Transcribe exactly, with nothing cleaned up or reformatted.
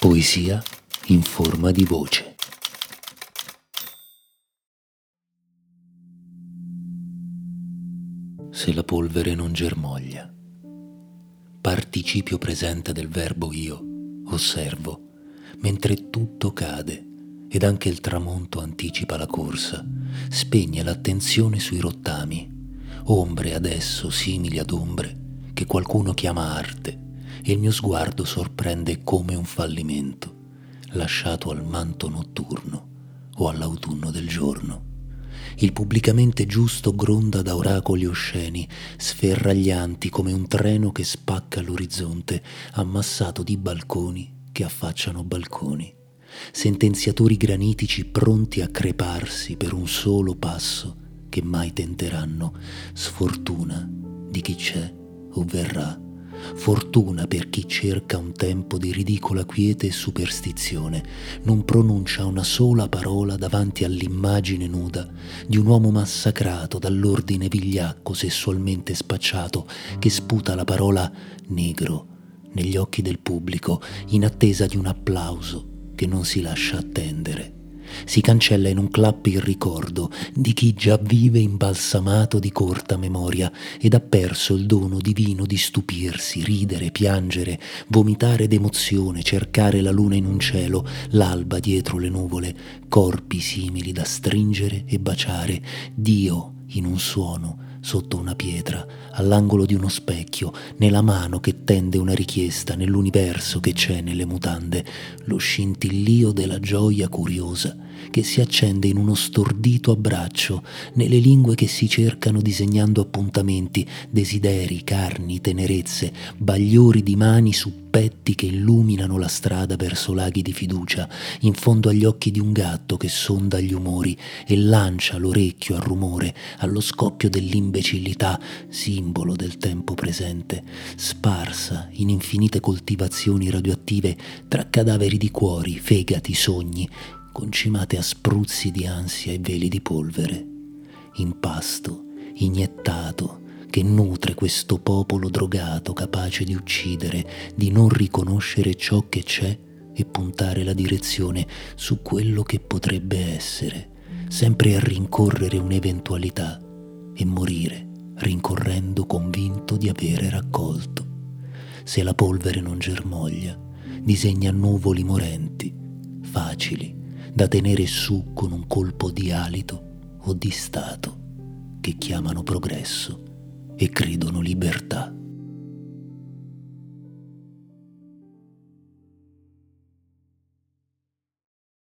Poesia in forma di voce. Se la polvere non germoglia. Participio presente del verbo io, osservo, mentre tutto cade ed anche il tramonto anticipa la corsa, spegne l'attenzione sui rottami, ombre adesso simili ad ombre che qualcuno chiama arte, e il mio sguardo sorprende come un fallimento, lasciato al manto notturno o all'autunno del giorno. Il pubblicamente giusto gronda da oracoli osceni, sferraglianti come un treno che spacca l'orizzonte, ammassato di balconi che affacciano balconi, sentenziatori granitici pronti a creparsi per un solo passo che mai tenteranno, sfortuna di chi c'è o verrà. Fortuna per chi cerca un tempo di ridicola quiete e superstizione, non pronuncia una sola parola davanti all'immagine nuda di un uomo massacrato dall'ordine vigliacco sessualmente spacciato che sputa la parola negro negli occhi del pubblico in attesa di un applauso che non si lascia attendere. Si cancella in un clap il ricordo di chi già vive imbalsamato di corta memoria ed ha perso il dono divino di stupirsi, ridere, piangere, vomitare d'emozione, cercare la luna in un cielo, l'alba dietro le nuvole, corpi simili da stringere e baciare, Dio in un suono, sotto una pietra, all'angolo di uno specchio, nella mano che tende una richiesta, nell'universo che c'è nelle mutande, lo scintillio della gioia curiosa che si accende in uno stordito abbraccio, nelle lingue che si cercano disegnando appuntamenti, desideri, carni, tenerezze, bagliori di mani su petti che illuminano la strada verso laghi di fiducia, in fondo agli occhi di un gatto che sonda gli umori e lancia l'orecchio al rumore, allo scoppio dell'imbecillità, simbolo del tempo presente, sparsa in infinite coltivazioni radioattive tra cadaveri di cuori, fegati, sogni, concimate a spruzzi di ansia e veli di polvere. Impasto, iniettato, che nutre questo popolo drogato, capace di uccidere, di non riconoscere ciò che c'è e puntare la direzione su quello che potrebbe essere, sempre a rincorrere un'eventualità e morire rincorrendo convinto di avere raccolto. Se la polvere non germoglia, disegna nuvoli morenti, facili, da tenere su con un colpo di alito o di stato, che chiamano progresso e credono libertà.